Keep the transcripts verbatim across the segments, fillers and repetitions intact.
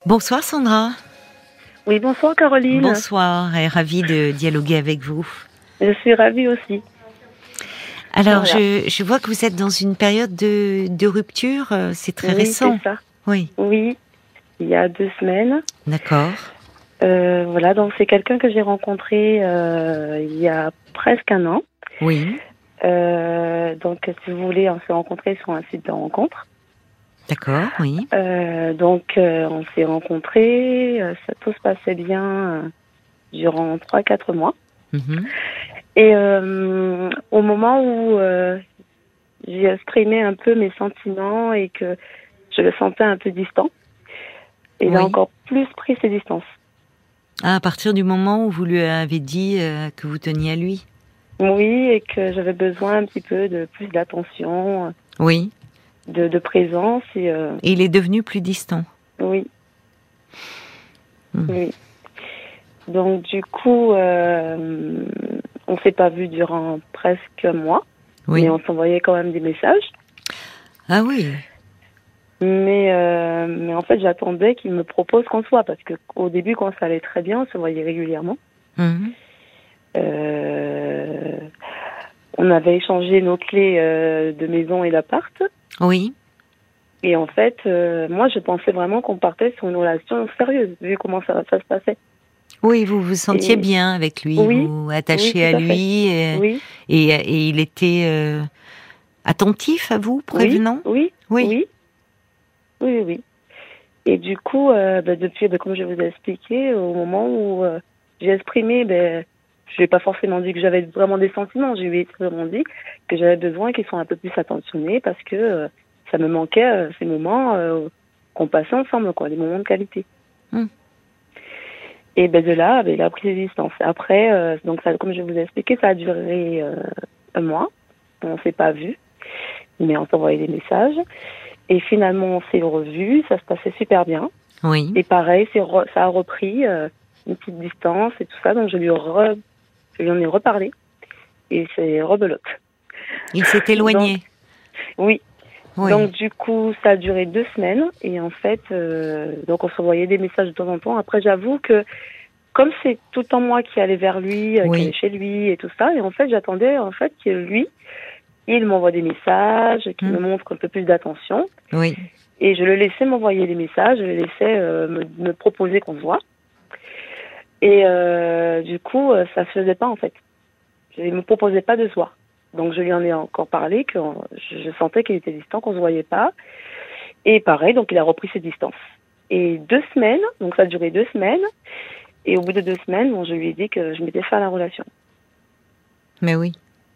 Bonsoir Sandra. Oui, bonsoir Caroline. Bonsoir, et ravie de dialoguer avec vous. Je suis ravie aussi. Alors, Voilà. je, je vois que vous êtes dans une période de, de rupture, euh, c'est très Oui, récent. c'est ça. Oui. Oui, il y a deux semaines. D'accord. Euh, voilà, donc c'est quelqu'un que j'ai rencontré euh, il y a presque un an. Oui. Euh, donc, si vous voulez, on s'est rencontrés sur un site de rencontre. D'accord, oui. Euh, donc, euh, on s'est rencontrés, euh, ça, tout se passait bien euh, durant trois quatre mois. Mhm. Et euh, au moment où euh, j'ai exprimé un peu mes sentiments et que je le sentais un peu distant, et il a Oui. encore plus pris ses distances. Ah, à partir du moment où vous lui avez dit euh, que vous teniez à lui. Oui, et que j'avais besoin un petit peu de plus d'attention, Oui. de, de présence. Et, euh, Et il est devenu plus distant. oui, Mm. oui. Donc du coup, euh, on s'est pas vu durant presque un mois, Oui. mais on s'envoyait quand même des messages. Ah oui. Mais, euh, mais en fait, j'attendais qu'il me propose qu'on soit, parce que au début, quand ça allait très bien, on se voyait régulièrement. Mhm. Euh, on avait échangé nos clés euh, de maison et d'appart. Oui. Et en fait, euh, moi, je pensais vraiment qu'on partait sur une relation sérieuse, vu comment ça, ça se passait. Oui, vous vous sentiez Et bien avec lui, oui, vous oui, attachez tout à à fait. lui, et, Oui, et, et il était euh, attentif à vous, oui, prévenant. oui, Oui. oui, oui, oui. Et du coup, euh, bah, depuis, bah, comme je vous ai expliqué, au moment où euh, j'ai exprimé, ben, je lui ai pas forcément dit que j'avais vraiment des sentiments. Je lui ai vraiment dit que j'avais besoin qu'ils soient un peu plus attentionnés parce que euh, ça me manquait euh, ces moments euh, qu'on passait ensemble, quoi, des moments de qualité. Mm. Et ben de là, ben, il a pris ses distances. Après, euh, donc ça, comme je vous ai expliqué, ça a duré euh, un mois. On s'est pas vu, mais on s'envoyait des messages. Et finalement, on s'est revus. Ça se passait super bien. Oui. Et pareil, c'est re, ça a repris euh, une petite distance et tout ça. Donc je lui, re, je lui en ai reparlé. Et c'est rebelote. Il s'est Donc, éloigné. oui. Oui. Donc du coup, ça a duré deux semaines. Et en fait, euh, donc on s'envoyait des messages de temps en temps. Après, j'avoue que comme c'est tout le temps moi qui allais vers lui, euh, qui allais Oui. chez lui et tout ça, et en fait, j'attendais en fait que lui, il m'envoie des messages, qu'il Mm. me montre un peu plus d'attention, Oui. et je le laissais m'envoyer des messages, je le laissais euh, me, me proposer qu'on se voit, et euh, du coup, euh, ça se faisait pas en fait. Je ne me proposais pas de se voir. Donc je lui en ai encore parlé, que je, je sentais qu'il était distant, qu'on se voyait pas, et pareil, donc il a repris ses distances. Et deux semaines, donc ça a duré deux semaines. Et au bout de deux semaines, bon, je lui ai dit que je m'étais fait à la relation. Mais oui.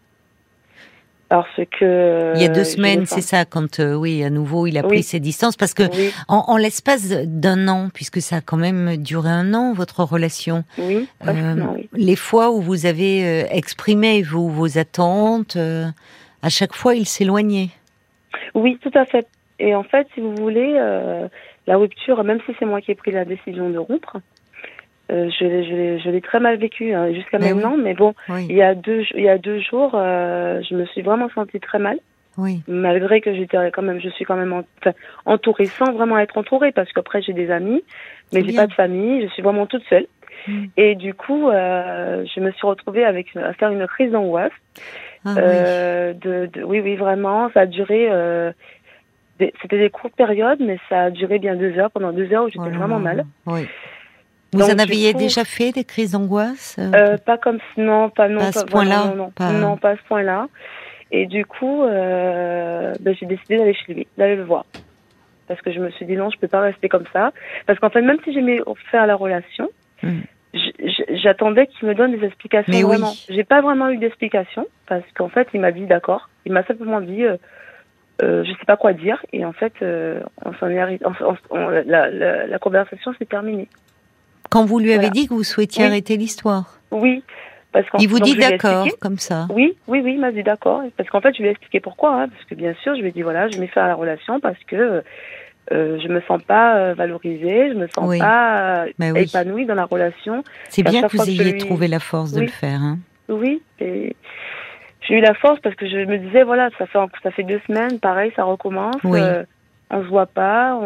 Parce que Il y a deux euh, je le semaines, c'est sens. ça, quand euh, oui, à nouveau, il a pris Oui, ses distances, parce que oui, en, en l'espace d'un an, puisque ça a quand même duré un an, votre relation, oui, presque euh, non, oui. les fois où vous avez euh, exprimé vos, vos attentes, euh, à chaque fois, il s'éloignait. Oui, tout à fait. Et en fait, si vous voulez, euh, la rupture, même si c'est moi qui ai pris la décision de rompre, euh, je, l'ai- je, l'ai- je l'ai très mal vécu hein, jusqu'à Mais oui, maintenant. Mais bon, oui, il y a deux, il y a deux jours, euh, je me suis vraiment sentie très mal. oui. Malgré que j'étais quand même, je suis quand même en- enfin, entourée sans vraiment être entourée, parce qu'après j'ai des amis, C'est mais j'ai pas bien. de famille, je suis vraiment toute seule. Mm. Et du coup, euh, je me suis retrouvée avec à faire une crise d'angoisse. Ah oui, Euh, de, de, oui, oui, vraiment, ça a duré. Euh, des, c'était des courtes périodes, mais ça a duré bien deux heures. Pendant deux heures où oh j'étais là vraiment là, mal. oui. Vous en Donc du aviez coup, déjà fait des crises d'angoisse euh, euh, pas comme non, pas Pas non, à pas ce voilà, point-là, non, non, pas. non, pas à ce point-là. Et du coup, euh, ben, j'ai décidé d'aller chez lui, d'aller le voir, parce que je me suis dit non, je peux pas rester comme ça, parce qu'en fait, même si j'aimais faire la relation, Mm. j'attendais qu'il me donne des explications Mais vraiment. oui. J'ai pas vraiment eu d'explications parce qu'en fait, il m'a dit d'accord. Il m'a simplement dit, euh, euh, je sais pas quoi dire. Et en fait, euh, on s'en est arrêté. On, on, on, la, la, la conversation s'est terminée. Quand vous lui avez Voilà. dit que vous souhaitiez Oui, arrêter l'histoire, oui, parce qu'en il vous donc dit je lui ai expliqué. d'accord, comme ça. Oui, oui, oui, il m'a dit d'accord. Parce qu'en fait, je lui ai expliqué pourquoi. Hein, parce que bien sûr, je lui ai dit voilà, je mets fin à la relation parce que euh, je me sens pas euh, valorisée, je me sens Oui, pas euh, bah oui. épanouie dans la relation. C'est Qu'à bien chaque que fois vous que je ayez lui, trouvé la force de le oui, faire. Hein. oui, et j'ai eu la force parce que je me disais voilà, ça fait ça fait deux semaines, pareil, ça recommence, Oui, euh, on se voit pas, on,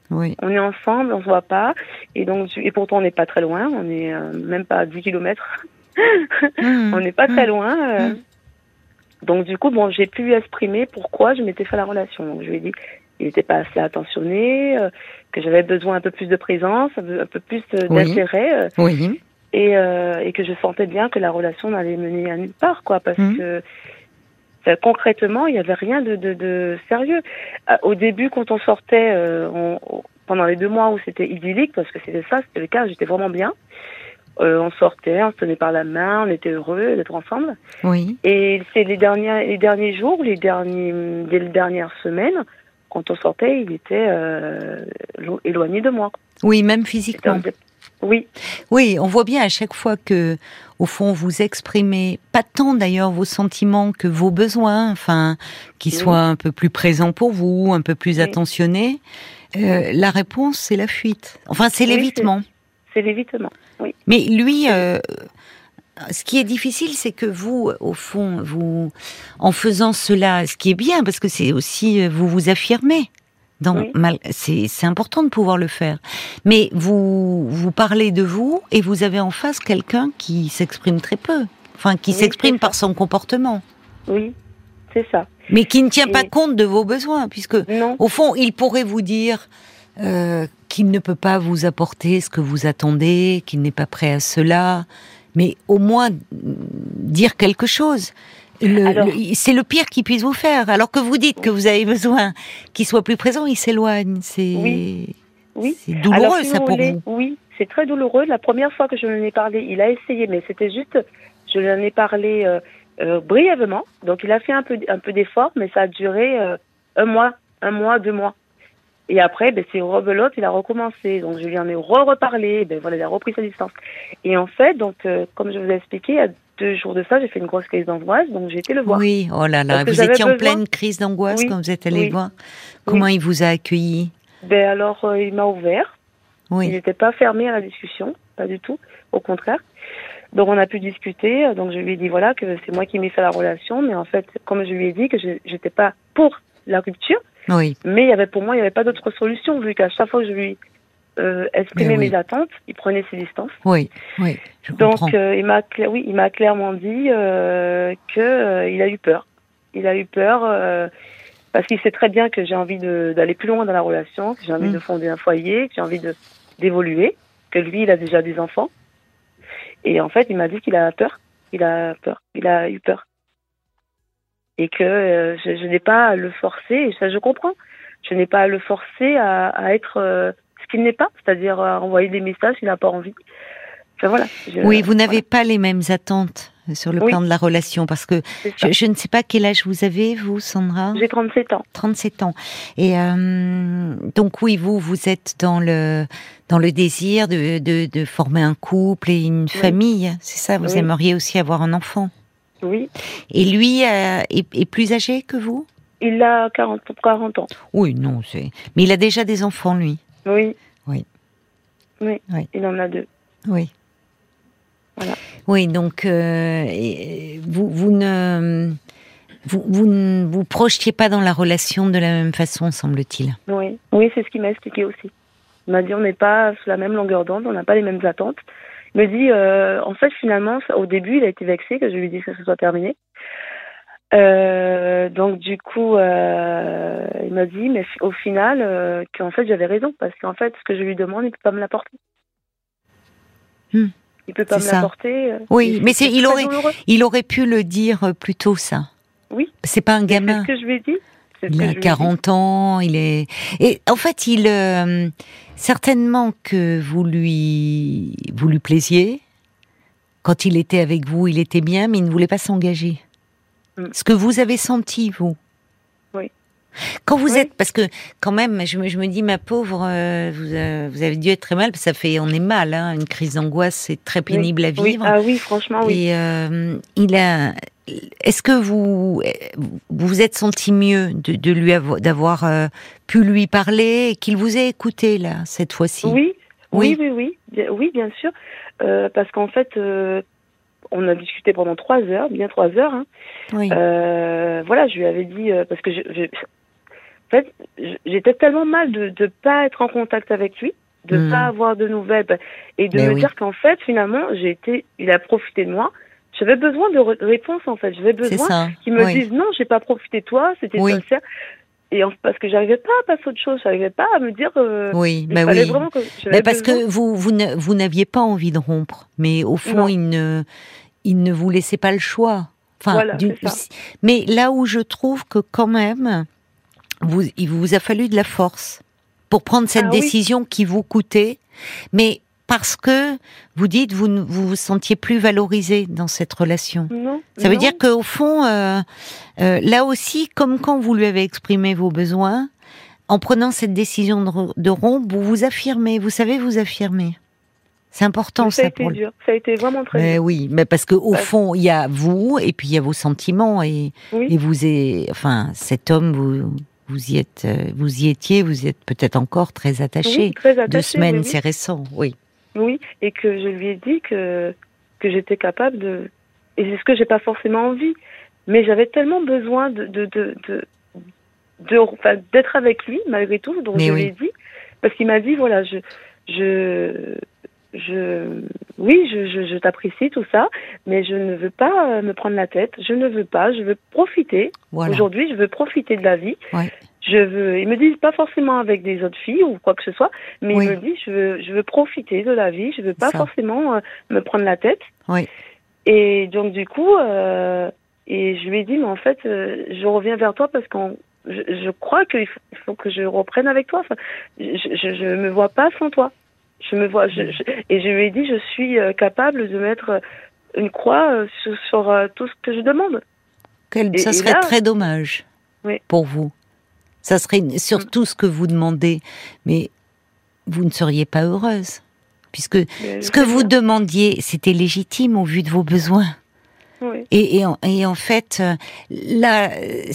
Oui. On est ensemble, on se voit pas. Et donc, et pourtant, on n'est pas très loin. On est euh, même pas à dix kilomètres. Mmh. On n'est pas mmh. très loin. Euh. Mmh. Donc, du coup, bon, j'ai pu lui exprimer pourquoi je m'étais fait la relation. Donc, je lui ai dit qu'il n'était pas assez attentionné, euh, que j'avais besoin un peu plus de présence, un peu, un peu plus euh, Oui. d'intérêt. Euh, Oui. et, euh, et que je sentais bien que la relation n'allait mener à nulle part, quoi. Parce Mmh. que euh, concrètement, il n'y avait rien de, de, de sérieux. Euh, au début, quand on sortait, euh, on, pendant les deux mois où c'était idyllique, parce que c'était ça, c'était le cas, j'étais vraiment bien. Euh, on sortait, on se tenait par la main, on était heureux d'être ensemble. Oui. Et c'est les derniers, les derniers jours, les derniers, les dernières semaines, quand on sortait, il était euh, éloigné de moi. Oui, même C'était physiquement. un- Oui, Oui, on voit bien à chaque fois que, au fond, vous exprimez pas tant d'ailleurs vos sentiments que vos besoins, enfin, qu'ils Oui. soient un peu plus présents pour vous, un peu plus Oui. attentionnés. Euh, la réponse, c'est la fuite. Enfin, c'est Oui, l'évitement. c'est l'évitement. Oui. Mais lui, C'est- euh, ce qui est difficile, c'est que vous, au fond, vous, en faisant cela, ce qui est bien, parce que c'est aussi, euh, vous vous affirmez. Dans, Oui. mal, c'est, c'est important de pouvoir le faire. Mais vous, vous parlez de vous et vous avez en face quelqu'un qui s'exprime très peu. Enfin, qui Oui, s'exprime c'est par ça. son comportement. Oui, c'est ça. Mais qui ne tient pas Et compte de vos besoins, puisque, non, au fond, il pourrait vous dire euh, qu'il ne peut pas vous apporter ce que vous attendez, qu'il n'est pas prêt à cela, mais au moins dire quelque chose. Le, alors, le- c'est le pire qu'il puisse vous faire. Alors que vous dites que oui, vous avez besoin qu'il soit plus présent, il s'éloigne. C'est, oui, oui. c'est Alors, douloureux si ça vous pour voulez, vous. oui, c'est très douloureux. La première fois que je lui en ai parlé, il a essayé, mais c'était juste, je lui en ai parlé euh, euh, brièvement. Donc, il a fait un peu, un peu d'effort, mais ça a duré euh, un mois, un mois, deux mois. Et après, ben, c'est rebelote, il a recommencé. Donc, je lui en ai re-reparlé. Ben, voilà, il a repris sa distance. Et en fait, donc, euh, comme je vous ai expliqué, il y a deux jours de ça, j'ai fait une grosse crise d'angoisse. Donc, j'ai été le voir. Oui, oh là Parce là, que vous j'avais étiez en besoin. pleine crise d'angoisse Oui, quand vous êtes allé le oui, voir. Comment oui. il vous a accueilli? Ben, alors, euh, il m'a ouvert. Il Oui, n'était pas fermé à la discussion. Pas du tout. Au contraire. Donc, on a pu discuter. Donc, je lui ai dit, voilà, que c'est moi qui m'ai fait la relation. Mais en fait, comme je lui ai dit que je j'étais pas pour la rupture. oui, Mais il y avait, pour moi, il n'y avait pas d'autre solution, vu qu'à chaque fois que je lui euh, mais exprimais oui, mes attentes, il prenait ses distances. oui, oui, je Donc, comprends. euh, il m'a, cla- oui, il m'a clairement dit euh, que euh, il a eu peur. Il a eu peur euh, parce qu'il sait très bien que j'ai envie de, d'aller plus loin dans la relation, que j'ai envie Mm. de fonder un foyer, que j'ai envie de d'évoluer, que lui, il a déjà des enfants. Et en fait, il m'a dit qu'il a peur. Il a peur. Il a eu peur. Et que euh, je, je n'ai pas à le forcer, et ça je comprends, je n'ai pas à le forcer à, à être euh, ce qu'il n'est pas, c'est-à-dire à envoyer des messages s'il n'a pas envie. Enfin voilà. Je, Oui, vous n'avez voilà. pas les mêmes attentes sur le Oui, plan de la relation, parce que c'est ça. je, je ne sais pas quel âge vous avez, vous, Sandra? J'ai trente-sept ans. trente-sept ans. Et euh, donc oui, vous, vous êtes dans le dans le désir de, de, de former un couple et une Oui, famille, c'est ça? Vous oui, aimeriez aussi avoir un enfant. oui. Et lui euh, est, est plus âgé que vous? Il a quarante, quarante ans. Oui, non, c'est. Mais il a déjà des enfants, lui. Oui, Oui, oui. oui, Il en a deux. oui. Voilà. Oui, donc euh, et vous, vous ne vous, vous ne vous projetiez pas dans la relation de la même façon, semble-t-il. Oui, oui, c'est ce qu'il m'a expliqué aussi. Il m'a dit on n'est pas sur la même longueur d'onde, on n'a pas les mêmes attentes. Il me dit, euh, en fait, finalement, au début, il a été vexé que je lui dise que ce soit terminé. Euh, donc du coup, euh, il m'a dit, mais au final, euh, qu'en fait j'avais raison, parce qu'en fait, ce que je lui demande, il peut pas me l'apporter. Hmm, Il peut pas c'est me ça. l'apporter. euh, Oui, et mais c'est c'est, il très aurait, douloureux. il aurait pu le dire euh, plus tôt, ça. Oui, C'est pas un mais c'est ce gamin. que je lui ai dit. C'est ce Il que a je lui ai dit. quarante ans, il est. Et en fait, il euh, certainement que vous lui, vous lui plaisiez. Quand il était avec vous, il était bien, mais il ne voulait pas s'engager. Mm. Ce que vous avez senti, vous. Oui. Quand vous Oui. êtes, parce que quand même, je me, je me dis, ma pauvre, euh, vous, euh, vous avez dû être très mal, parce que ça fait, on est mal, hein, une crise d'angoisse, c'est très pénible Oui. à Oui. vivre. Ah oui, franchement, oui. Et euh, il a, est-ce que vous vous vous êtes senti mieux de, de lui avoir, d'avoir euh, pu lui parler et qu'il vous ait écouté là cette fois-ci? Oui, Oui. oui, oui, oui, bien, oui, bien sûr, euh, parce qu'en fait, euh, on a discuté pendant trois heures, bien trois heures. Hein. Oui. Euh, voilà, je lui avais dit euh, parce que je, je En fait, j'étais tellement mal de ne pas être en contact avec lui, de ne mmh. pas avoir de nouvelles, et de Mais me oui. dire qu'en fait, finalement, j'ai été, il a profité de moi. J'avais besoin de re- réponses, en fait. J'avais besoin qu'il me oui. dise non, j'ai pas profité de toi, c'était oui. sincère. Et en, parce que j'arrivais pas à passer à autre chose, j'arrivais pas à me dire. Euh, oui, bah oui. Vraiment que mais parce besoin. que vous, vous, ne, vous n'aviez pas envie de rompre, mais au fond, il ne, il ne vous laissait pas le choix. Enfin, voilà, du, c'est ça. Mais là où je trouve que quand même, vous, il vous a fallu de la force pour prendre cette ah, décision oui. qui vous coûtait, mais parce que vous dites vous ne vous, vous sentiez plus valorisé dans cette relation. Non, Ça veut non. dire qu'au fond, euh, euh, là aussi, comme quand vous lui avez exprimé vos besoins, en prenant cette décision de, de rompre, vous vous affirmez, vous savez vous affirmer. C'est important mais ça. Ça a pour été dur, ça a été vraiment très mais dur. Oui, mais parce que au ouais. fond, il y a vous et puis il y a vos sentiments et, oui. et vous êtes, enfin, cet homme, vous, vous y êtes, vous y étiez, vous y êtes peut-être encore très attaché. Oui, très attaché. Deux semaines, oui. c'est récent, oui. Oui, et que je lui ai dit que que j'étais capable de, et c'est ce que j'ai pas forcément envie, mais j'avais tellement besoin de de de, de, de enfin, d'être avec lui malgré tout, donc mais je oui. lui ai dit, parce qu'il m'a dit voilà, je je je oui, je, je, je t'apprécie tout ça, mais je ne veux pas me prendre la tête, je ne veux pas, je veux profiter. Voilà. Aujourd'hui, je veux profiter de la vie. Ouais. Je veux, ils me disent pas forcément avec des autres filles ou quoi que ce soit, mais oui. ils me disent je veux, je veux profiter de la vie, je veux pas ça. forcément euh, me prendre la tête. Oui. Et donc du coup, euh, et je lui ai dit mais en fait, euh, je reviens vers toi parce qu'on, je, je crois qu'il faut, il faut que je reprenne avec toi. Enfin, je, je, je me vois pas sans toi. Je me vois, je, je, et je lui ai dit je suis euh, capable de mettre une croix euh, sur, sur euh, tout ce que je demande. Quel, et, ça serait là, très dommage oui. pour vous. Ça serait surtout ce que vous demandez, mais vous ne seriez pas heureuse, puisque mais ce que vous bien. demandiez, c'était légitime au vu de vos besoins. Oui. Et, et, en, et en fait, là,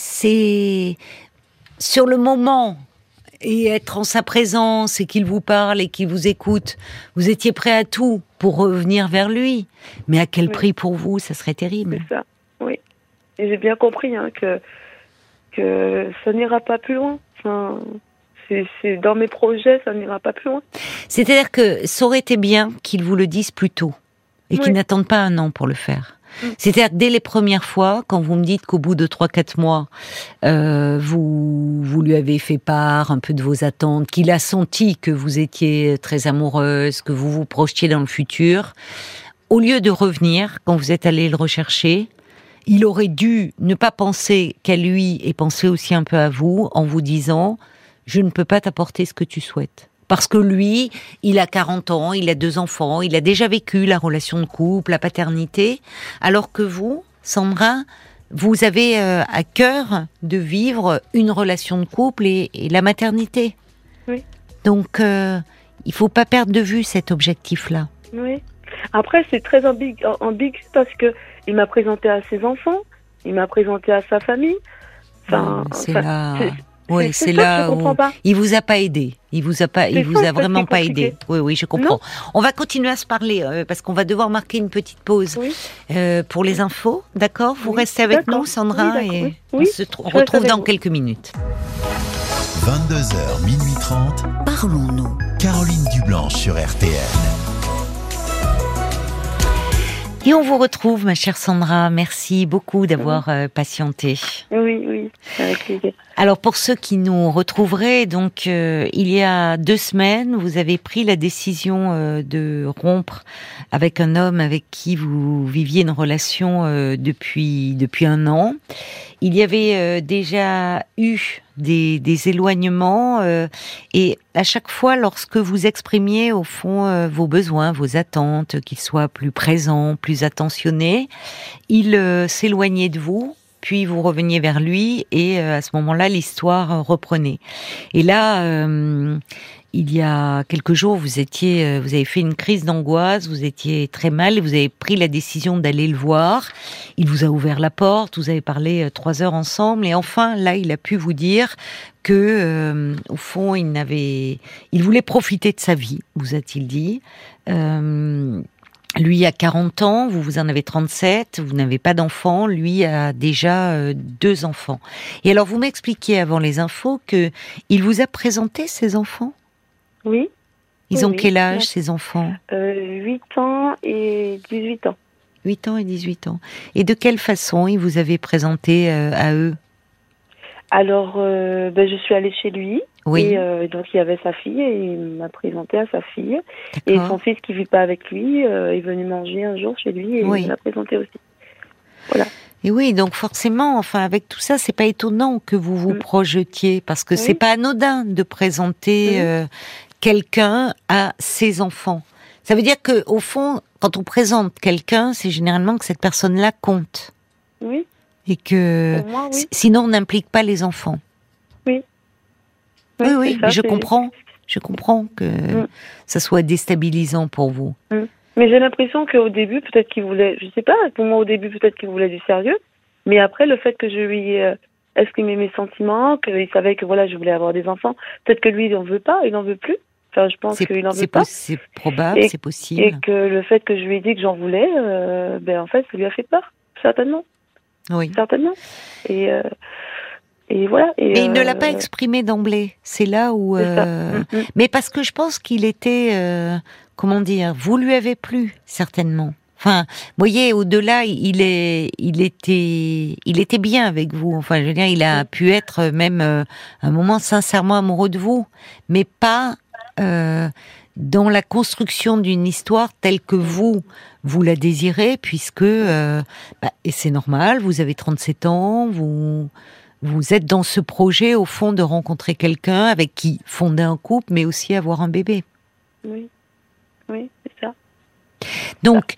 c'est sur le moment, et être en sa présence, et qu'il vous parle, et qu'il vous écoute, vous étiez prêt à tout pour revenir vers lui, mais à quel oui. prix pour vous, ça serait terrible. C'est ça, oui. Et j'ai bien compris hein, que que ça n'ira pas plus loin. Enfin, c'est, c'est dans mes projets, ça n'ira pas plus loin. C'est-à-dire que ça aurait été bien qu'il vous le dise plus tôt et oui. qu'il n'attende pas un an pour le faire. Mm. C'est-à-dire que dès les premières fois, quand vous me dites qu'au bout de trois, quatre mois, euh, vous, vous lui avez fait part un peu de vos attentes, qu'il a senti que vous étiez très amoureuse, que vous vous projetiez dans le futur, au lieu de revenir, quand vous êtes allé le rechercher, il aurait dû ne pas penser qu'à lui et penser aussi un peu à vous en vous disant « je ne peux pas t'apporter ce que tu souhaites ». Parce que lui, il a quarante ans, il a deux enfants, il a déjà vécu la relation de couple, la paternité, alors que vous, Sandra, vous avez euh, à cœur de vivre une relation de couple et, et la maternité. Oui. Donc, euh, il ne faut pas perdre de vue cet objectif-là. Oui. Après, c'est très ambigu, ambigu parce que il m'a présenté à ses enfants, il m'a présenté à sa famille. Enfin, c'est enfin, là, c'est, oui, c'est, c'est là où pas. il vous a pas aidé. Il vous a pas, c'est il vous ça, a vraiment pas compliqué. aidé. Oui, oui, je comprends. Non. On va continuer à se parler euh, parce qu'on va devoir marquer une petite pause oui. euh, pour les infos. D'accord ? Vous oui. restez avec d'accord. nous, Sandra, oui, et oui. on oui. se tr- retrouve dans vous. quelques minutes. vingt-deux heures, minuit trente. Parlons-nous. Caroline Dublanche sur R T L. Et on vous retrouve, ma chère Sandra. Merci beaucoup d'avoir oui. euh, patienté. Oui, oui, avec plaisir. Alors pour ceux qui nous retrouveraient, donc euh, il y a deux semaines, vous avez pris la décision euh, de rompre avec un homme avec qui vous viviez une relation euh, depuis depuis un an. Il y avait euh, déjà eu des, des éloignements euh, et à chaque fois, lorsque vous exprimiez au fond euh, vos besoins, vos attentes, qu'ils soient plus présents, plus attentionnés, il euh, s'éloignait de vous. Puis vous reveniez vers lui et euh, à ce moment-là, l'histoire euh, reprenait. Et là, euh, il y a quelques jours, vous étiez, euh, vous avez fait une crise d'angoisse, vous étiez très mal, et vous avez pris la décision d'aller le voir. Il vous a ouvert la porte, vous avez parlé euh, trois heures ensemble, et enfin, là, il a pu vous dire que, euh, au fond, il n'avait, il voulait profiter de sa vie, vous a-t-il dit. Euh, Lui a quarante ans, vous, vous en avez trente-sept, vous n'avez pas d'enfants, lui a déjà euh, deux enfants. Et alors, vous m'expliquiez avant les infos que il vous a présenté ses enfants ? Oui. Ils oui, ont oui. quel âge, Ouais. ces enfants ? euh, huit ans et dix-huit ans. huit ans et dix-huit ans. Et de quelle façon il vous avait présenté euh, à eux ? Alors, euh, ben, je suis allée chez lui. Oui. Et euh, donc, il y avait sa fille et il m'a présenté à sa fille. Et D'accord. son fils qui vit pas avec lui euh, est venu manger un jour chez lui et Oui. il m'a présenté aussi. Voilà. Et oui, donc forcément, enfin, avec tout ça, c'est pas étonnant que vous vous Mm. projetiez, parce que Oui. c'est pas anodin de présenter Mm. euh, quelqu'un à ses enfants. Ça veut dire que, au fond, quand on présente quelqu'un, c'est généralement que cette personne-là compte. Oui. Et que, Pour moi, oui. s- sinon, on n'implique pas les enfants. Oui. Oui, c'est oui, ça, mais je c'est- comprends. Je comprends que Mm. ça soit déstabilisant pour vous. Mais j'ai l'impression qu'au début, peut-être qu'il voulait, je sais pas, pour moi au début, peut-être qu'il voulait du sérieux. Mais après, le fait que je lui ai euh, exprimé mes sentiments, qu'il savait que voilà, je voulais avoir des enfants, peut-être que lui, il n'en veut pas, il n'en veut plus. Enfin, je pense C'est qu'il n'en veut c'est pas. pos- c'est probable, Et- c'est Et possible. que le fait que je lui ai dit que j'en voulais, euh, ben en fait, ça lui a fait peur. Certainement. Oui. Certainement. Et, euh, et voilà. Et, Mais il ne l'a euh, pas exprimé d'emblée. C'est là où. c'est ça. euh, Mm, mm. Mais parce que je pense qu'il était, euh, comment dire, vous lui avez plu certainement. Enfin, vous voyez, au-delà, il est, il était, il était bien avec vous. Enfin, je veux dire, il a pu être même euh, un moment sincèrement amoureux de vous, mais pas euh, dans la construction d'une histoire telle que vous vous la désirez, puisque euh, bah, et c'est normal. Vous avez trente-sept ans, vous. Vous êtes dans ce projet, au fond, de rencontrer quelqu'un avec qui fonder un couple, mais aussi avoir un bébé. Oui. Oui, c'est ça. Donc,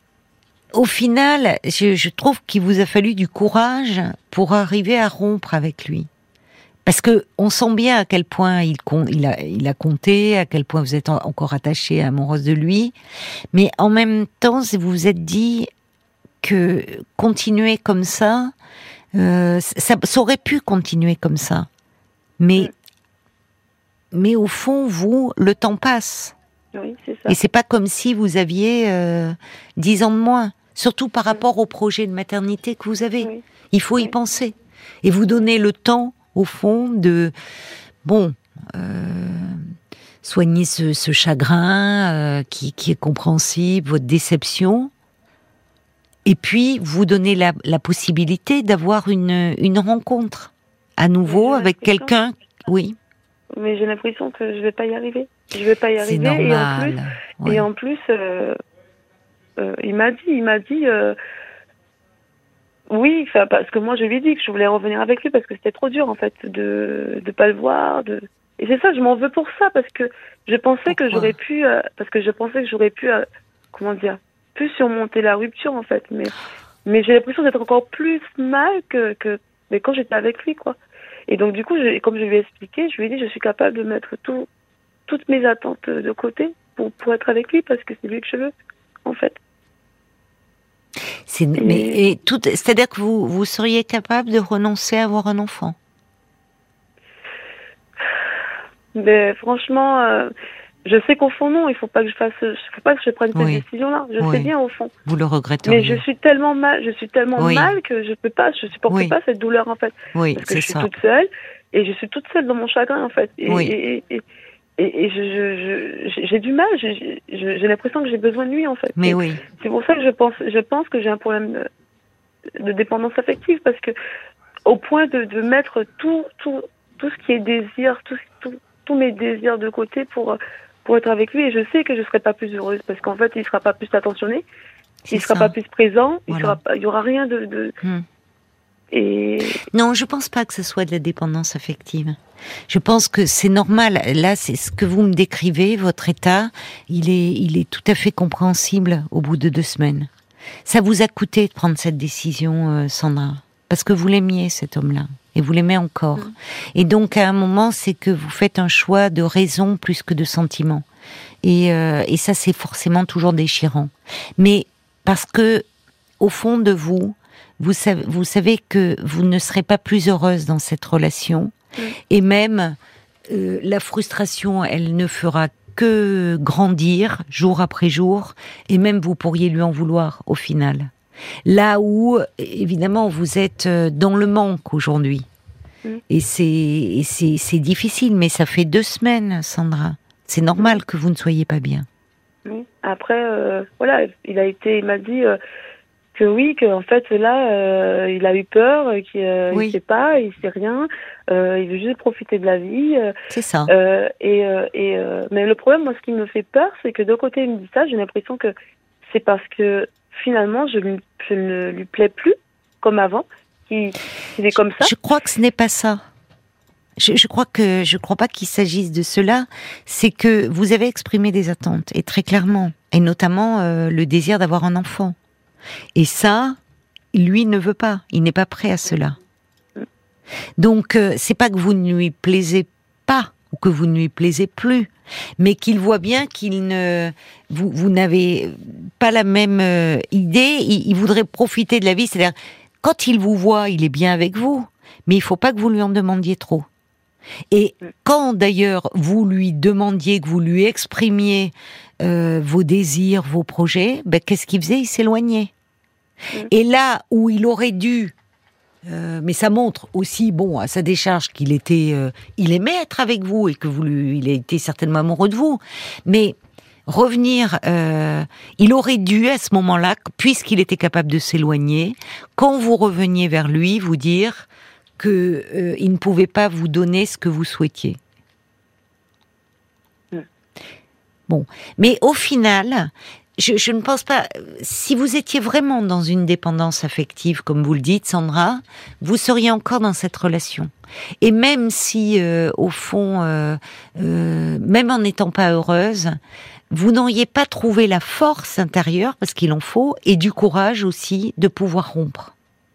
au final, je, je trouve qu'il vous a fallu du courage pour arriver à rompre avec lui. Parce que on sent bien à quel point il, con- il, a, il a compté, à quel point vous êtes en- encore attachée, amoureuse de lui. Mais en même temps, vous vous êtes dit que continuer comme ça, euh, ça, ça aurait pu continuer comme ça. Mais, mais au fond, vous, le temps passe. Oui, c'est ça. Et c'est pas comme si vous aviez euh, dix ans de moins. Surtout par rapport au projet de maternité que vous avez. Oui. Il faut y Oui. penser. Et vous donner le temps, au fond, de... Bon... Euh, soigner ce, ce chagrin euh, qui, qui est compréhensible, votre déception. Et puis, vous donner la, la possibilité d'avoir une, une rencontre à nouveau Mais j'ai avec l'impression- quelqu'un. Oui, Mais j'ai l'impression que je vais pas y arriver. Je vais pas y c'est arriver. Et en plus, normal. Ouais. Et en plus, euh, euh, il m'a dit, il m'a dit, euh, oui, enfin, parce que moi je lui ai dit que je voulais revenir avec lui parce que c'était trop dur en fait de de pas le voir. De... Et c'est ça, je m'en veux pour ça parce que je pensais que Pourquoi j'aurais pu, euh, parce que je pensais que j'aurais pu, euh, comment dire, plus surmonter la rupture en fait. Mais mais j'ai l'impression d'être encore plus mal que que mais quand j'étais avec lui quoi. Et donc du coup, je, comme je lui ai expliqué, je lui ai dit, je suis capable de mettre tout toutes mes attentes de côté pour, pour être avec lui parce que c'est lui que je veux, en fait. C'est, mais, et tout, c'est-à-dire que vous, vous seriez capable de renoncer à avoir un enfant? Mais franchement, euh, je sais qu'au fond, non, il faut pas que je fasse, il faut pas que je prenne cette Oui. décision-là. Je Oui. sais bien au fond. Vous le regretteriez? Mais je suis tellement mal, je suis tellement Oui. mal que je peux pas, je supporte Oui. pas cette douleur, en fait. Oui, Parce que c'est je suis ça. toute seule et je suis toute seule dans mon chagrin, en fait. Et, Oui. et, et, et, et je, je, je, j'ai du mal, j'ai, j'ai, j'ai l'impression que j'ai besoin de lui, en fait. Mais Et oui. c'est pour ça que je pense, je pense que j'ai un problème de, de dépendance affective parce que au point de, de mettre tout, tout, tout ce qui est désir, tout, tout, tous mes désirs de côté pour, pour être avec lui. Et je sais que je serai pas plus heureuse parce qu'en fait, il sera pas plus attentionné, C'est il sera ça. pas plus présent, il Voilà. sera pas, il y aura rien de, de Hmm. et Non, je pense pas que ce soit de la dépendance affective. Je pense que c'est normal. Là, c'est ce que vous me décrivez, votre état, il est, il est tout à fait compréhensible au bout de deux semaines. Ça vous a coûté de prendre cette décision, euh, Sandra, parce que vous l'aimiez, cet homme-là, et vous l'aimez encore. Mm. Et donc, à un moment, c'est que vous faites un choix de raison plus que de sentiment. Et, euh, et ça, c'est forcément toujours déchirant. Mais parce que, au fond de vous, vous savez, vous savez que vous ne serez pas plus heureuse dans cette relation. Mm. Et même, euh, la frustration, elle ne fera que grandir jour après jour, et même vous pourriez lui en vouloir au final. Là où, évidemment, vous êtes dans le manque aujourd'hui. Mmh. Et, c'est, et c'est, c'est difficile, mais ça fait deux semaines, Sandra. C'est normal que vous ne soyez pas bien. Oui. Après, euh, voilà, il a été, il m'a dit euh, que oui, qu'en fait là, euh, il a eu peur, qu'il ne oui. sait pas, il sait rien, euh, il veut juste profiter de la vie. Euh, c'est ça. Euh, et euh, et euh, mais le problème, moi, ce qui me fait peur, c'est que d'un côté, il me dit ça, j'ai l'impression que c'est parce que finalement, je, lui, je ne lui plais plus comme avant, qu'il, qu'il est comme ça. Je crois que ce n'est pas ça. Je, je crois que je crois pas qu'il s'agisse de cela. C'est que vous avez exprimé des attentes, et très clairement, et notamment euh, le désir d'avoir un enfant. Et ça, lui ne veut pas. Il n'est pas prêt à cela. Donc, euh, c'est pas que vous ne lui plaisez pas ou que vous ne lui plaisez plus, mais qu'il voit bien qu'il ne, vous, vous n'avez pas la même euh, idée. Il, il voudrait profiter de la vie. C'est-à-dire, quand il vous voit, il est bien avec vous, mais il faut pas que vous lui en demandiez trop. Et quand d'ailleurs vous lui demandiez, que vous lui exprimiez euh, vos désirs, vos projets, ben, qu'est-ce qu'il faisait ? Il s'éloignait. Mmh. Et là où il aurait dû, euh, mais ça montre aussi, bon, à sa décharge qu'il était, euh, il aimait être avec vous et que vous lui, il était certainement amoureux de vous, mais revenir, euh, il aurait dû à ce moment-là, puisqu'il était capable de s'éloigner, quand vous reveniez vers lui, vous dire que euh, il ne pouvait pas vous donner ce que vous souhaitiez. Mm. Bon, mais au final, je, je ne pense pas. Si vous étiez vraiment dans une dépendance affective, comme vous le dites, Sandra, vous seriez encore dans cette relation. Et même si, euh, au fond, euh, euh, même en n'étant pas heureuse, vous n'auriez pas trouvé la force intérieure, parce qu'il en faut, et du courage aussi de pouvoir rompre.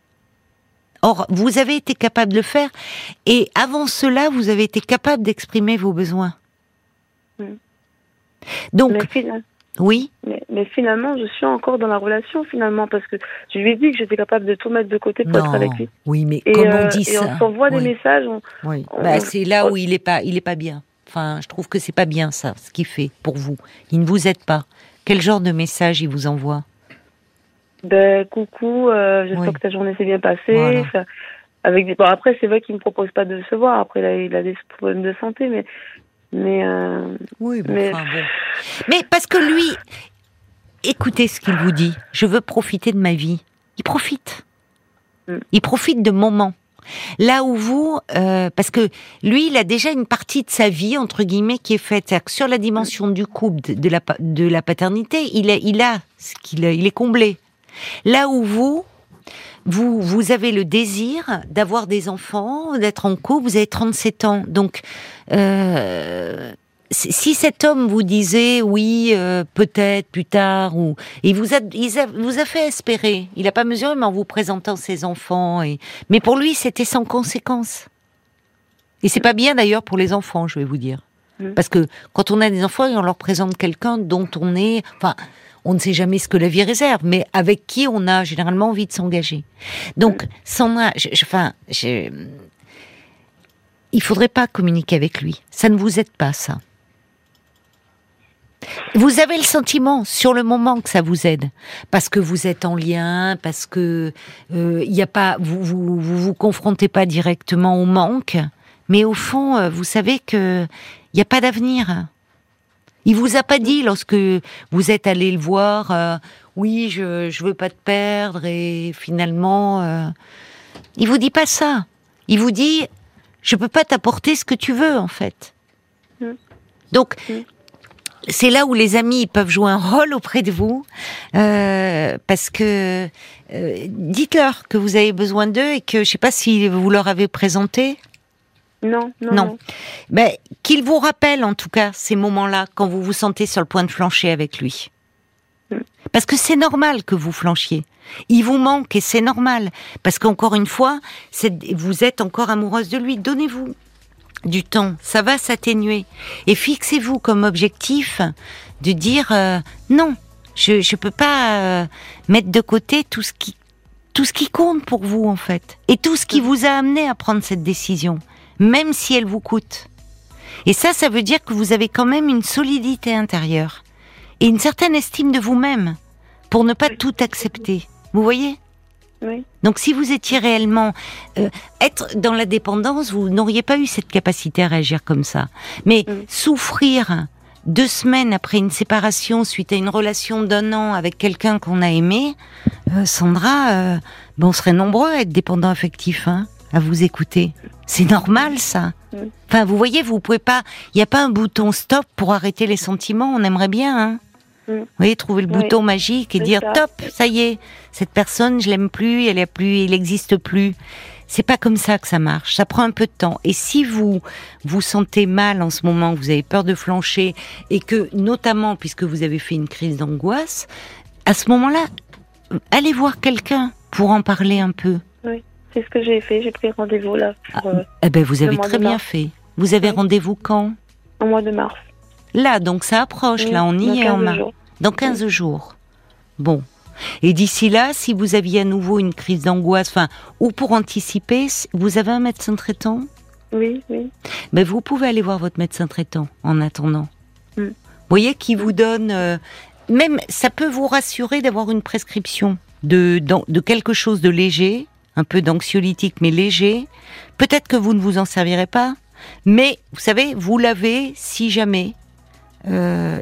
Or, vous avez été capable de le faire, et avant cela, vous avez été capable d'exprimer vos besoins. Mmh. Donc, mais final... oui. Mais, mais finalement, je suis encore dans la relation, finalement, parce que je lui ai dit que j'étais capable de tout mettre de côté pour non. être avec lui. Oui, mais et, comme euh, on dit et ça. Et on s'envoie oui. des messages. On, oui. on, bah, on, c'est là on... où il est pas, il est pas bien. Enfin, je trouve que c'est pas bien ça, ce qu'il fait pour vous. Il ne vous aide pas. Quel genre de message il vous envoie ? Ben, coucou, euh, j'espère oui. que ta journée s'est bien passée. Voilà. Enfin, avec des... bon, après, c'est vrai qu'il ne me propose pas de se voir. Après, là, il a des problèmes de santé, mais... mais euh... oui, bon, mais... enfin, bon. Mais parce que lui, écoutez ce qu'il vous dit. Je veux profiter de ma vie. Il profite. Mm. Il profite de moments. Là où vous, euh, parce que lui, il a déjà une partie de sa vie entre guillemets qui est faite. C'est-à-dire que sur la dimension du couple, de, de la de la paternité, il a, il a ce qu'il a, il est comblé. Là où vous, vous, vous avez le désir d'avoir des enfants, d'être en couple. Vous avez trente-sept ans, donc euh, si cet homme vous disait oui, euh, peut-être plus tard, ou il vous a, il a, vous a fait espérer. Il n'a pas mesuré, mais en vous présentant ses enfants. Et, mais pour lui, c'était sans conséquence. Et c'est pas bien d'ailleurs pour les enfants, je vais vous dire, mmh. parce que quand on a des enfants, on leur présente quelqu'un dont on est, enfin, on ne sait jamais ce que la vie réserve, mais avec qui on a généralement envie de s'engager. Donc, Sandra, je, je, enfin, je, il faudrait pas communiquer avec lui. Ça ne vous aide pas, ça. Vous avez le sentiment sur le moment que ça vous aide, parce que vous êtes en lien, parce que euh, y a pas, vous, vous vous vous confrontez pas directement au manque, mais au fond, euh, vous savez que il y a pas d'avenir. Il vous a pas dit lorsque vous êtes allé le voir, euh, oui, je je veux pas te perdre, et finalement, euh, il vous dit pas ça. Il vous dit, je peux pas t'apporter ce que tu veux en fait. Mmh. Donc mmh. c'est là où les amis ils peuvent jouer un rôle auprès de vous, euh, parce que euh, dites-leur que vous avez besoin d'eux et que je sais pas si vous leur avez présenté. Non, non, non. non. Ben, qu'ils vous rappellent en tout cas ces moments-là quand vous vous sentez sur le point de flancher avec lui. Mm. Parce que c'est normal que vous flanchiez. Il vous manque et c'est normal. Parce qu'encore une fois, c'est, vous êtes encore amoureuse de lui. Donnez-vous du temps, ça va s'atténuer. Et fixez-vous comme objectif de dire euh, non, je je peux pas euh, mettre de côté tout ce qui tout ce qui compte pour vous en fait, et tout ce qui vous a amené à prendre cette décision, même si elle vous coûte. Et ça, ça veut dire que vous avez quand même une solidité intérieure et une certaine estime de vous-même pour ne pas Oui. tout accepter. Vous voyez ? Oui. Donc si vous étiez réellement... Euh, être dans la dépendance, vous n'auriez pas eu cette capacité à réagir comme ça. Mais Mm. souffrir deux semaines après une séparation suite à une relation d'un an avec quelqu'un qu'on a aimé, euh, Sandra, euh, ben on serait nombreux à être dépendants affectifs, hein, à vous écouter. C'est normal, ça. Mm. Enfin, vous voyez, vous pouvez pas... Il n'y a pas un bouton stop pour arrêter les sentiments, on aimerait bien, hein. Mm. Vous voyez, trouver le Oui. bouton magique et C'est dire ça. top, ça y est, cette personne, je l'aime plus, elle est plus, il n'existe plus. C'est pas comme ça que ça marche. Ça prend un peu de temps. Et si vous vous sentez mal en ce moment, vous avez peur de flancher, et que notamment puisque vous avez fait une crise d'angoisse, à ce moment-là, allez voir quelqu'un pour en parler un peu. Oui. C'est ce que j'ai fait. J'ai pris rendez-vous là pour euh, Eh ben, vous Le avez mois très de bien mars. fait. Vous avez Oui. rendez-vous quand ? au mois de mars. Là, donc ça approche. Oui, Là, on dans y est en quinze mars. jours. Dans quinze jours. Bon. Et d'ici là, si vous aviez à nouveau une crise d'angoisse, enfin, ou pour anticiper, vous avez un médecin traitant ? Oui, oui. Ben, vous pouvez aller voir votre médecin traitant en attendant. Mm. Vous voyez, qui vous donne... euh, même, ça peut vous rassurer d'avoir une prescription de, d'an- de quelque chose de léger, un peu d'anxiolytique, mais léger. Peut-être que vous ne vous en servirez pas, mais, vous savez, vous l'avez si jamais... Euh,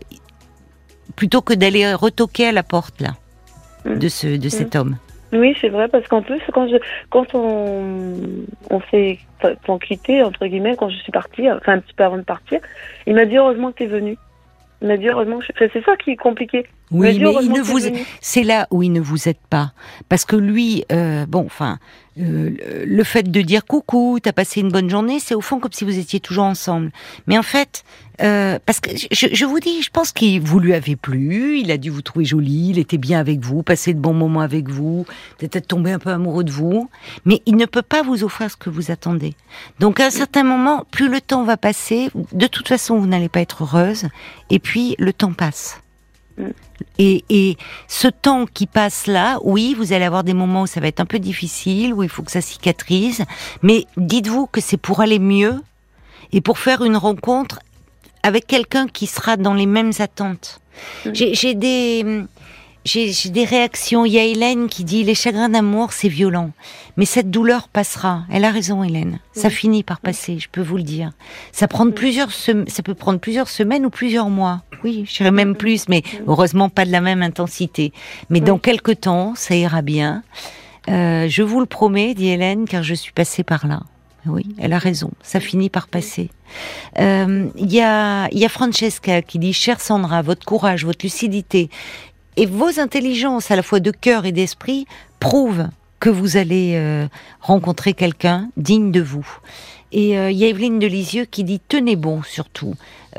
plutôt que d'aller retoquer à la porte là Mm. de ce de cet homme. Oui, c'est vrai, parce qu'en plus, quand, je, quand on, on s'est enfin, on quitté, entre guillemets, quand je suis partie, enfin un petit peu avant de partir, il m'a dit heureusement que t'es venu. Il m'a dit heureusement que je... enfin, c'est ça qui est compliqué. Oui, il m'a dit mais il heureusement ne que t'es vous venu. c'est là où il ne vous aide pas parce que lui euh, bon enfin euh, le- le fait de dire coucou, t'as passé une bonne journée, c'est au fond comme si vous étiez toujours ensemble. Mais en fait euh, parce que je, je vous dis, je pense qu'il vous lui avez plu, il a dû vous trouver jolie, il était bien avec vous, passer de bons moments avec vous, peut-être tombé un peu amoureux de vous, mais il ne peut pas vous offrir ce que vous attendez. Donc à un certain moment, plus le temps va passer, de toute façon vous n'allez pas être heureuse, et puis le temps passe. Et, et ce temps qui passe là, oui, vous allez avoir des moments où ça va être un peu difficile, où il faut que ça cicatrise, mais dites-vous que c'est pour aller mieux et pour faire une rencontre avec quelqu'un qui sera dans les mêmes attentes. J'ai, j'ai des... J'ai, j'ai des réactions. Il y a Hélène qui dit les chagrins d'amour c'est violent, mais cette douleur passera. Elle a raison, Hélène. Ça Oui. finit par passer, je peux vous le dire. Ça prend plusieurs sem- ça peut prendre plusieurs semaines ou plusieurs mois. Oui, je dirais même plus, mais heureusement pas de la même intensité. Mais dans quelques temps, ça ira bien. Euh, je vous le promets, dit Hélène, car je suis passée par là. Oui, elle a raison. Ça finit par passer. Euh, Il y a, il y a Francesca qui dit chère Sandra, votre courage, votre lucidité et vos intelligences à la fois de cœur et d'esprit prouvent que vous allez euh, rencontrer quelqu'un digne de vous. Et euh, il y a Evelyne de Lisieux qui dit tenez bon surtout.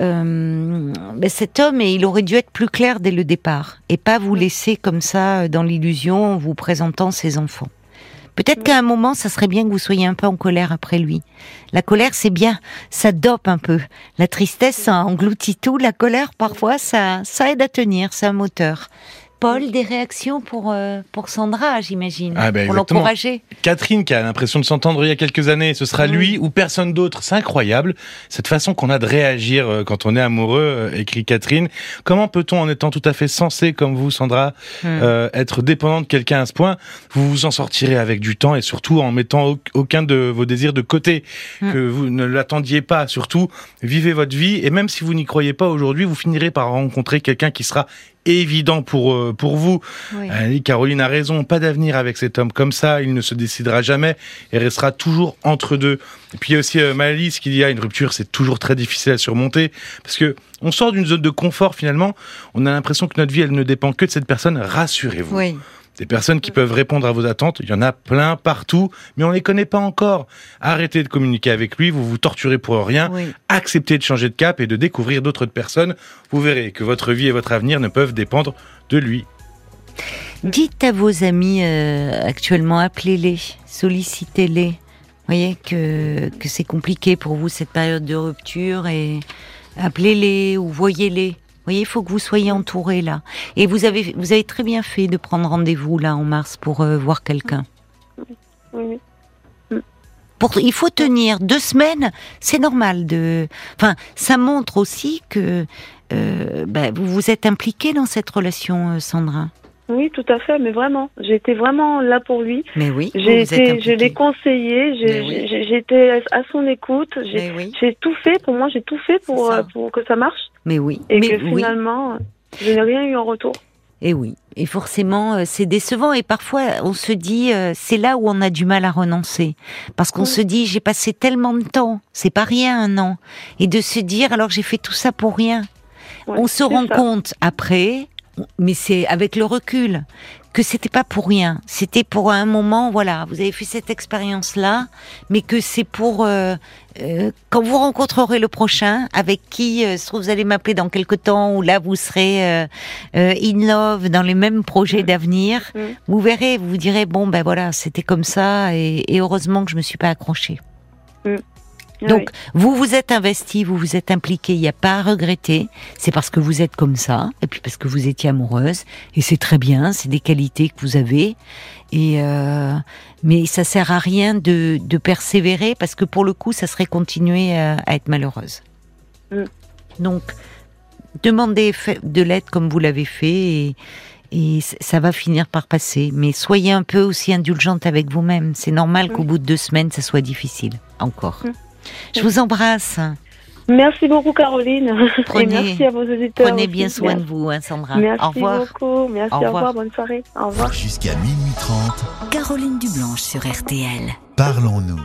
Euh, ben cet homme, et il aurait dû être plus clair dès le départ et pas vous laisser comme ça dans l'illusion en vous présentant ses enfants. Peut-être qu'à un moment, ça serait bien que vous soyez un peu en colère après lui. La colère, c'est bien, ça dope un peu. La tristesse, ça engloutit tout. La colère, parfois, ça, ça aide à tenir, c'est un moteur. Paul, des réactions pour, euh, pour Sandra, j'imagine, Ah ben pour exactement. l'encourager. Catherine qui a l'impression de s'entendre il y a quelques années, ce sera Oui. lui ou personne d'autre. C'est incroyable, cette façon qu'on a de réagir euh, quand on est amoureux, euh, écrit Catherine. Comment peut-on, en étant tout à fait sensé comme vous, Sandra, Hmm. euh, être dépendant de quelqu'un à ce point? Vous vous en sortirez avec du temps et surtout en mettant au- aucun de vos désirs de côté, Hmm. que vous ne l'attendiez pas. Surtout, vivez votre vie et même si vous n'y croyez pas aujourd'hui, vous finirez par rencontrer quelqu'un qui sera évident pour euh, pour vous. Oui. Euh, Caroline a raison, pas d'avenir avec cet homme comme ça, il ne se décidera jamais et restera toujours entre deux. Et puis il y a aussi euh, Malice qui dit ah, une rupture c'est toujours très difficile à surmonter parce que on sort d'une zone de confort finalement, on a l'impression que notre vie elle ne dépend que de cette personne, rassurez-vous. Oui. Des personnes qui peuvent répondre à vos attentes, il y en a plein partout, mais on les connaît pas encore. Arrêtez de communiquer avec lui, vous vous torturez pour rien. Oui. Acceptez de changer de cap et de découvrir d'autres personnes. Vous verrez que votre vie et votre avenir ne peuvent dépendre de lui. Dites à vos amis euh, actuellement, appelez-les, sollicitez-les. Vous voyez que, que c'est compliqué pour vous cette période de rupture et appelez-les ou voyez-les. Vous voyez, il faut que vous soyez entourés là. Et vous avez, vous avez très bien fait de prendre rendez-vous là en mars pour euh, voir quelqu'un. Oui, oui. Pour, il faut tenir deux semaines, c'est normal. De, enfin, ça montre aussi que euh, ben, vous vous êtes impliquée dans cette relation, Sandra. Oui, tout à fait, mais vraiment, j'étais vraiment là pour lui. Mais oui, j'ai vous été, je l'ai conseillé, j'ai, oui. j'ai, j'étais à son écoute, j'ai, oui. j'ai tout fait, pour moi, j'ai tout fait pour, euh, pour que ça marche. Mais oui. Et mais que oui. finalement, je n'ai rien eu en retour. Et oui, et forcément, euh, c'est décevant. Et parfois, on se dit, euh, c'est là où on a du mal à renoncer, parce qu'on Oui. se dit, j'ai passé tellement de temps, c'est pas rien un an, et de se dire, alors j'ai fait tout ça pour rien. Ouais, on se rend ça. compte après, mais c'est avec le recul, que c'était pas pour rien. C'était pour un moment, voilà, vous avez fait cette expérience-là, mais que c'est pour euh, euh, quand vous rencontrerez le prochain, avec qui, euh, se trouve, vous allez m'appeler dans quelque temps, ou là vous serez euh, euh, in love dans les mêmes projets mmh. d'avenir. Mmh. Vous verrez, vous vous direz bon ben voilà, c'était comme ça, et, et heureusement que je me suis pas accrochée. Mmh. Donc, oui. vous vous êtes investi, vous vous êtes impliqué, il n'y a pas à regretter. C'est parce que vous êtes comme ça, et puis parce que vous étiez amoureuse, et c'est très bien, c'est des qualités que vous avez. Et euh, mais ça sert à rien de, de persévérer, parce que pour le coup, ça serait continuer à, à être malheureuse. Mm. Donc, demandez de l'aide comme vous l'avez fait, et, et ça va finir par passer. Mais soyez un peu aussi indulgente avec vous-même. C'est normal mm. qu'au bout de deux semaines, ça soit difficile, encore. Mm. Je vous embrasse. Merci beaucoup, Caroline. Prenez, et merci à vos auditeurs. Prenez aussi. bien soin merci. de vous, hein, Sandra. Merci au revoir. beaucoup. Merci, au revoir. Au revoir. Bonne soirée. Au revoir. Jusqu'à minuit trente. Caroline Dublanche sur R T L. Parlons-nous.